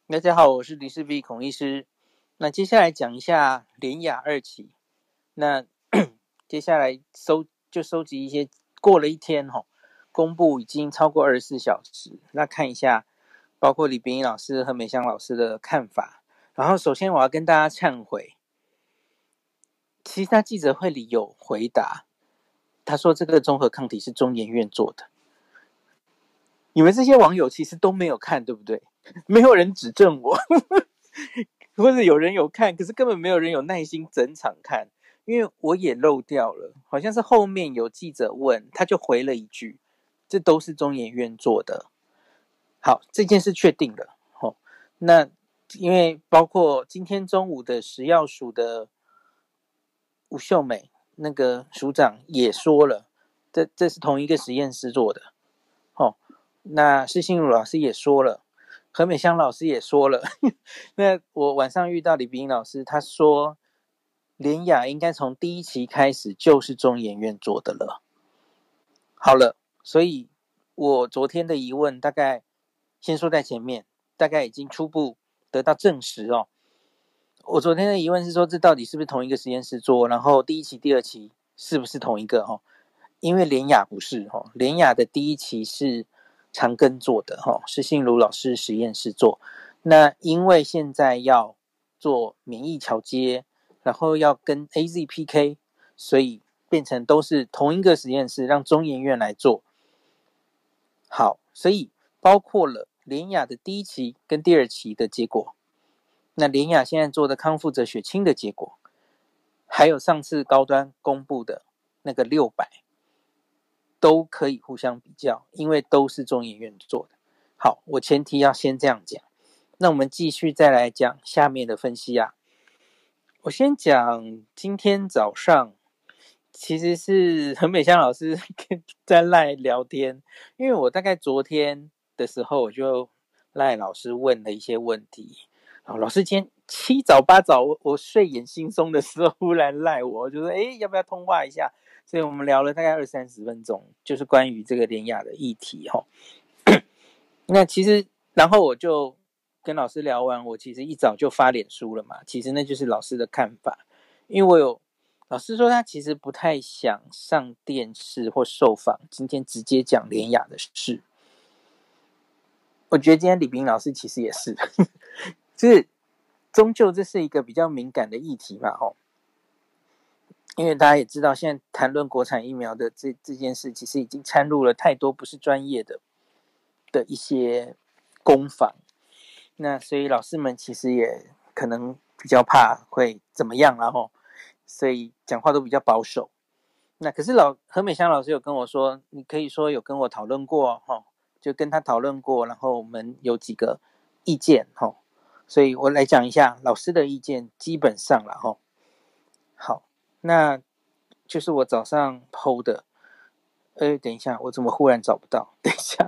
大家好，我是李世璧孔医师。那接下来讲一下联亚二期。那接下来收集一些过了一天公布已经超过24小时。那看一下，包括李秉颖老师和美香老师的看法。然后首先我要跟大家忏悔，其实他记者会里有回答，他说这个综合抗体是中研院做的。你们这些网友其实都没有看，对不对？没有人指正我。或者有人有看，可是根本没有人有耐心整场看，因为我也漏掉了，好像是后面有记者问，他就回了一句，这都是中研院做的。好，这件事确定了。那因为包括今天中午的食药署的吴秀美那个署长也说了，这是同一个实验室做的。那施信如老师也说了，何美香老师也说了。那我晚上遇到李秉颖老师，他说联亚应该从第一期开始就是中研院做的了。好了，所以我昨天的疑问大概先说在前面，大概已经初步得到证实哦。我昨天的疑问是说，这到底是不是同一个实验室做？然后第一期、第二期是不是同一个？因为联亚不是，联亚的第一期是长庚做的，是信如老师实验室做。那因为现在要做免疫桥接，然后要跟 AZPK， 所以变成都是同一个实验室，让中研院来做。好，所以包括了联亚的第一期跟第二期的结果，那联亚现在做的康复者血清的结果，还有上次高端公布的那个600，都可以互相比较，因为都是中研院做的。好，我前提要先这样讲。那我们继续再来讲下面的分析啊。我先讲今天早上，其实是何美香老师在LINE聊天，因为我大概昨天的时候我就LINE老师问了一些问题。好，老师今天七早八早我睡眼惺忪的时候忽然LINE我就说要不要通话一下，所以我们聊了大概20-30分钟，就是关于这个联亚的议题那其实然后我就跟老师聊完，我其实一早就发脸书了嘛，其实那就是老师的看法。因为老师说他其实不太想上电视或受访，今天直接讲联亚的事。我觉得今天李秉颖老师其实也是就是终究这是一个比较敏感的议题嘛因为大家也知道现在谈论国产疫苗的这件事，其实已经掺入了太多不是专业的一些攻防。那所以老师们其实也可能比较怕会怎么样啦所以讲话都比较保守。那可是何美香老师有跟我说，你可以说有跟我讨论过就跟他讨论过，然后我们有几个意见所以我来讲一下老师的意见，基本上啦好，那就是我早上 PO 的。等一下，我怎么忽然找不到？等一下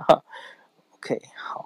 OK，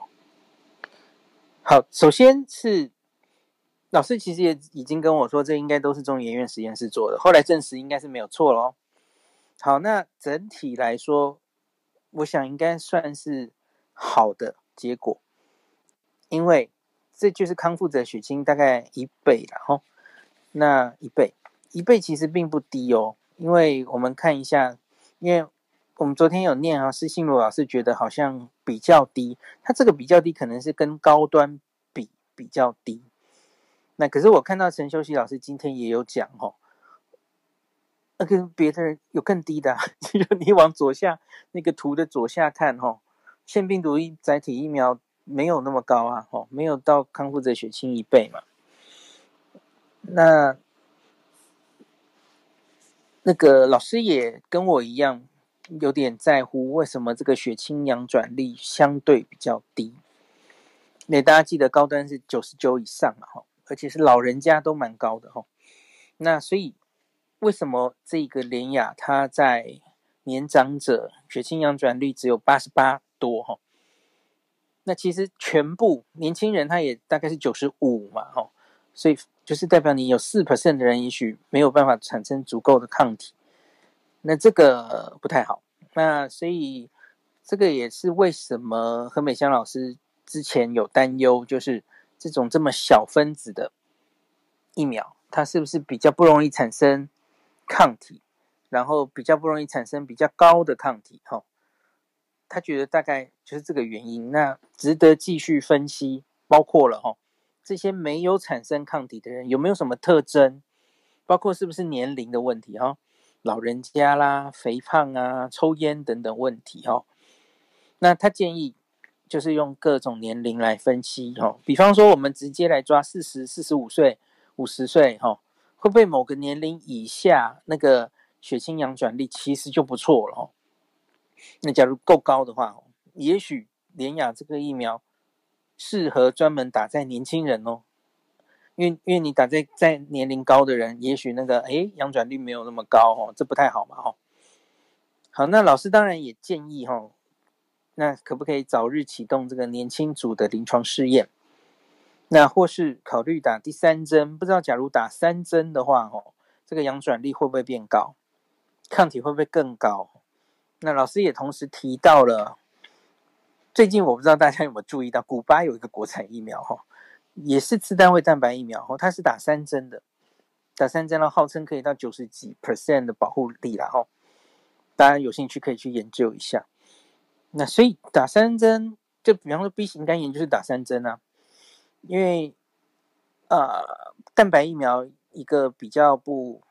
好，首先是老师其实也已经跟我说，这应该都是中研院实验室做的，后来证实应该是没有错咯。好，那整体来说，我想应该算是好的结果，因为这就是康复者血清大概1倍啦那1倍其实并不低因为我们看一下，因为我们昨天有念施信如老师觉得好像比较低，他这个比较低可能是跟高端比较低。那可是我看到陈修熙老师今天也有讲那个别的人有更低的你往左下那个图的左下看腺病毒载体疫苗没有那么高啊没有到康复者血清1倍嘛。那个老师也跟我一样有点在乎为什么这个血清阳转率相对比较低。大家记得高端是99以上而且是老人家都蛮高的那所以为什么这个联亚它在年长者血清阳转率只有88多那其实全部年轻人他也大概是95嘛所以就是代表你有 4% 的人也许没有办法产生足够的抗体，那这个不太好。那所以这个也是为什么何美香老师之前有担忧，就是这种这么小分子的疫苗，它是不是比较不容易产生抗体，然后比较不容易产生比较高的抗体？他觉得大概就是这个原因。那值得继续分析，包括了这些没有产生抗体的人有没有什么特征，包括是不是年龄的问题老人家啦、肥胖啊、抽烟等等问题那他建议就是用各种年龄来分析比方说我们直接来抓40、45岁、50岁会不会某个年龄以下那个血清阳转率其实就不错了那假如够高的话也许联雅这个疫苗适合专门打在年轻人因为你打在年龄高的人，也许那个阳转率没有那么高这不太好嘛好，那老师当然也建议那可不可以早日启动这个年轻组的临床试验？那或是考虑打第3针，不知道假如打3针的话这个阳转率会不会变高？抗体会不会更高？那老师也同时提到了，最近我不知道大家有没有注意到，古巴有一个国产疫苗也是次单位蛋白疫苗它是打3针的，打3针号称可以到90几%的保护力啦大家有興趣可以去研究一下。那所以打3针，就比方说 B 型肝炎就是打3针因为蛋白疫苗一个比较不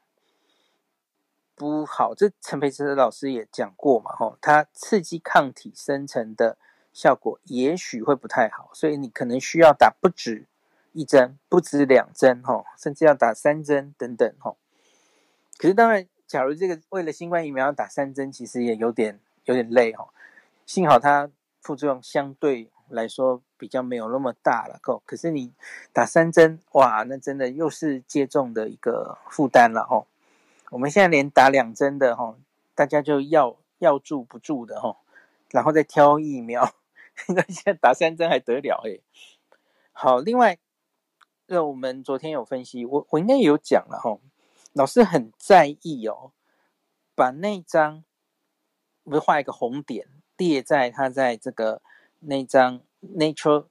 好，这陈培哲老师也讲过嘛它刺激抗体生成的效果也许会不太好，所以你可能需要打不止1针，不止2针甚至要打3针等等可是当然假如这个为了新冠疫苗要打3针，其实也有点累幸好它副作用相对来说比较没有那么大了可是你打3针，哇，那真的又是接种的一个负担了我们现在连打2针的大家就要住不住的然后再挑疫苗那现在打3针还得了好，另外我们昨天有分析，我应该有讲了老师很在意把那张不是画一个红点列在他在这个那张 Nature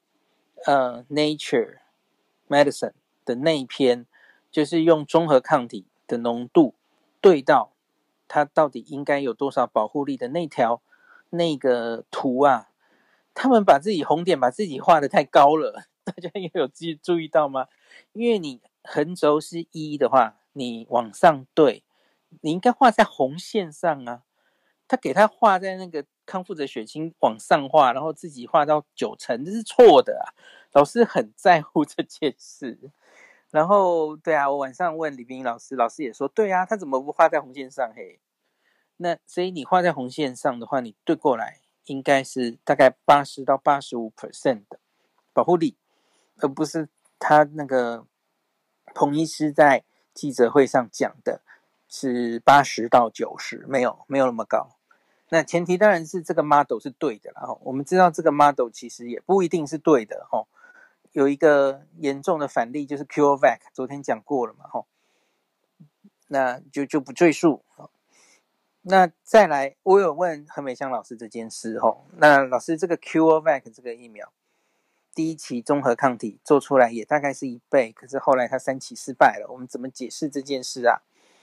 Medicine 的那一篇，就是用中和抗体的浓度对到它到底应该有多少保护力的那个图他们把自己红点把自己画得太高了，大家也有注意到吗？因为你横轴是1的话，你往上对，你应该画在红线上他给他画在那个康复者血清往上画，然后自己画到90%，这是错的老师很在乎这件事。然后对我晚上问李冰老师，老师也说对他怎么不画在红线上那所以你画在红线上的话，你对过来应该是大概80到85% 的保护力，而不是他那个彭医师在记者会上讲的是80到90%，没有那么高。那前提当然是这个 model 是对的啦我们知道这个 model 其实也不一定是对的有一个严重的反例就是 CureVac， 昨天讲过了嘛那就不赘述那再来，我有问何美香老师这件事那老师这个 CureVac 这个疫苗第1期综合抗体做出来也大概是1倍，可是后来它3期失败了，我们怎么解释这件事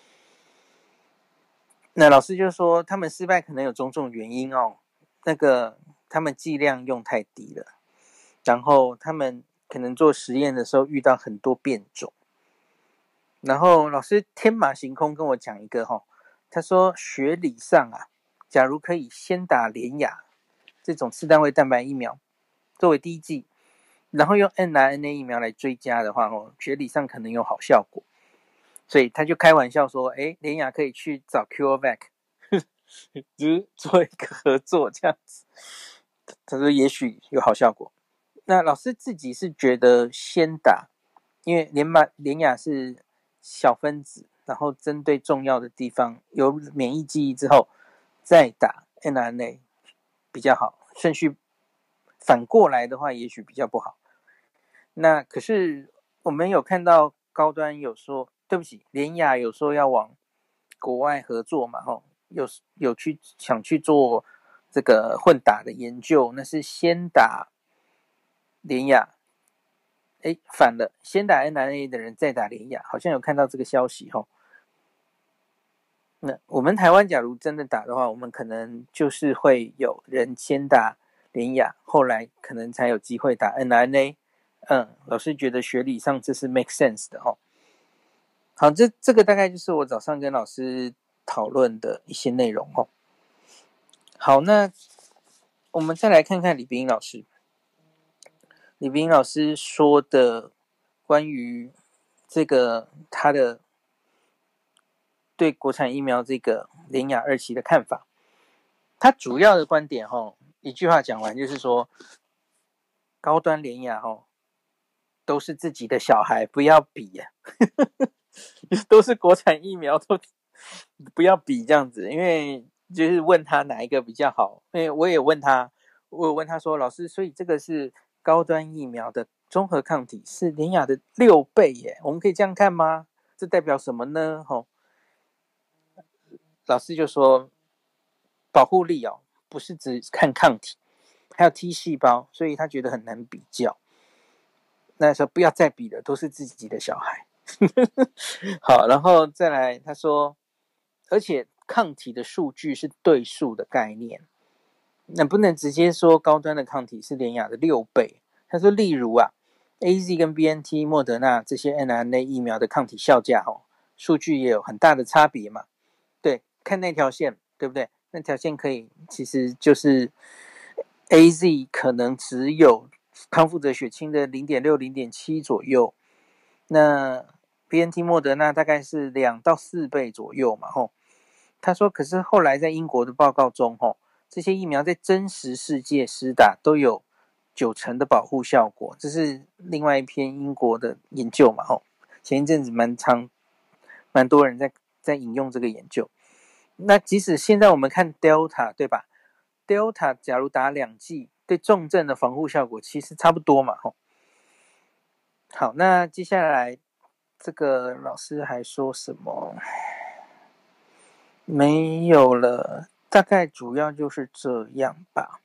那老师就说他们失败可能有种种原因那个他们剂量用太低了，然后他们可能做实验的时候遇到很多变种，然后老师天马行空跟我讲一个他说学理上假如可以先打联雅这种次单位蛋白疫苗作为第1剂，然后用 mRNA 疫苗来追加的话学理上可能有好效果，所以他就开玩笑说联雅可以去找 CureVac 就是做一个合作这样子，他说也许有好效果。那老师自己是觉得先打，因为联雅是小分子，然后针对重要的地方有免疫记忆之后再打 mRNA 比较好，顺序反过来的话也许比较不好。那可是我们有看到高端有说，对不起，联雅有说要往国外合作嘛有想去做这个混打的研究，那是先打联雅反了，先打 mRNA 的人再打联亚，好像有看到这个消息齁。那我们台湾假如真的打的话，我们可能就是会有人先打联亚，后来可能才有机会打 mRNA。老师觉得学理上这是 make sense 的齁。好，这个大概就是我早上跟老师讨论的一些内容齁。好，那我们再来看看李冰老师。李冰老师说的关于这个他的对国产疫苗这个联亚2期的看法，他主要的观点一句话讲完就是说，高端联亚都是自己的小孩，不要比都是国产疫苗，都不要比这样子。因为就是问他哪一个比较好，因为我有问他说，老师，所以这个是高端疫苗的综合抗体是联亚的6倍耶，我们可以这样看吗？这代表什么呢？老师就说，保护力不是只看抗体，还有 T 细胞，所以他觉得很难比较。那时候不要再比了，都是自己的小孩。好，然后再来他说，而且抗体的数据是对数的概念，那不能直接说高端的抗体是联亚的6倍。他说例如AZ 跟 BNT 莫德纳这些 mRNA 疫苗的抗体效价数据也有很大的差别嘛。对，看那条线，对不对？那条线可以其实就是 AZ 可能只有康复者血清的 0.6 0.7 左右，那 BNT 莫德纳大概是2到4倍左右嘛。他说可是后来在英国的报告中这些疫苗在真实世界施打都有90%的保护效果，这是另外一篇英国的研究嘛。前一阵子蛮多人在引用这个研究。那即使现在我们看 Delta 对吧， Delta 假如打2剂，对重症的防护效果其实差不多嘛。好，那接下来这个老师还说什么？没有了，大概主要就是这样吧。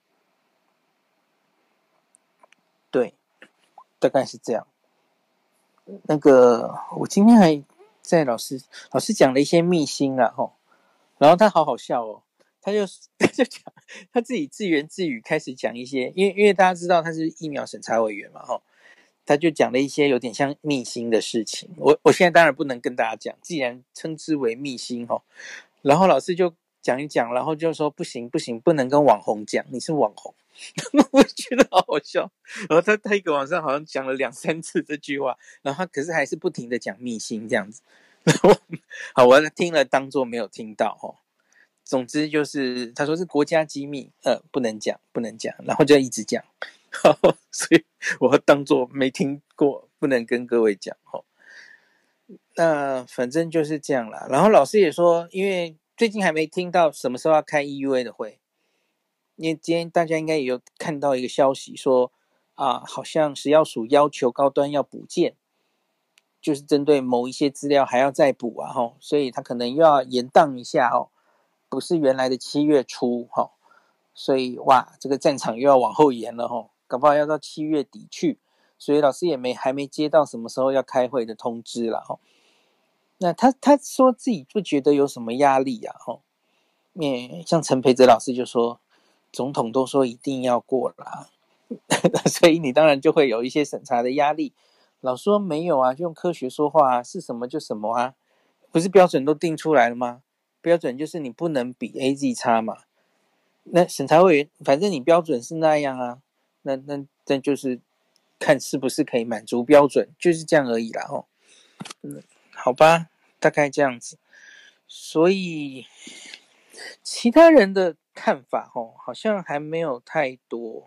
对，大概是这样。那个我今天还在老师讲了一些秘辛啦然后他好好笑他就讲他自己自言自语开始讲一些，因为大家知道他是疫苗审查委员嘛他就讲了一些有点像秘辛的事情。我现在当然不能跟大家讲，既然称之为秘辛然后老师就讲一讲，然后就说不行，不能跟网红讲，你是网红。我觉得好好笑。然后他一个晚上好像讲了2-3次这句话，然后他可是还是不停的讲秘辛这样子。好，我听了当作没有听到总之就是他说是国家机密，不能讲，然后就一直讲。所以我当作没听过，不能跟各位讲那反正就是这样啦。然后老师也说，因为最近还没听到什么时候要开 EUA 的会，因为今天大家应该也有看到一个消息说好像食药署要求高端要补件，就是针对某一些资料还要再补所以他可能又要延宕一下不是原来的7月初所以这个战场又要往后延了搞不好要到7月底去，所以老师也还没接到什么时候要开会的通知啦那他说自己不觉得有什么压力像陈培哲老师就说，总统都说一定要过啦所以你当然就会有一些审查的压力。老师说没有就用科学说话是什么就什么不是标准都定出来了吗？标准就是你不能比 AZ 差嘛。那审查委员反正你标准是那样那就是看是不是可以满足标准，就是这样而已啦好吧，大概这样子。所以其他人的看法好像还没有太多，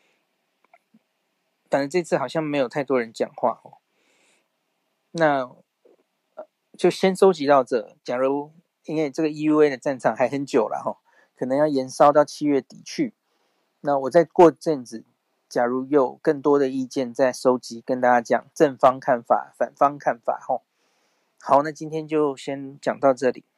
但是这次好像没有太多人讲话那就先收集到这。假如因为这个 EUA 的战场还很久了可能要延烧到7月底去，那我再过阵子假如有更多的意见再收集跟大家讲正方看法反方看法好，那今天就先讲到这里。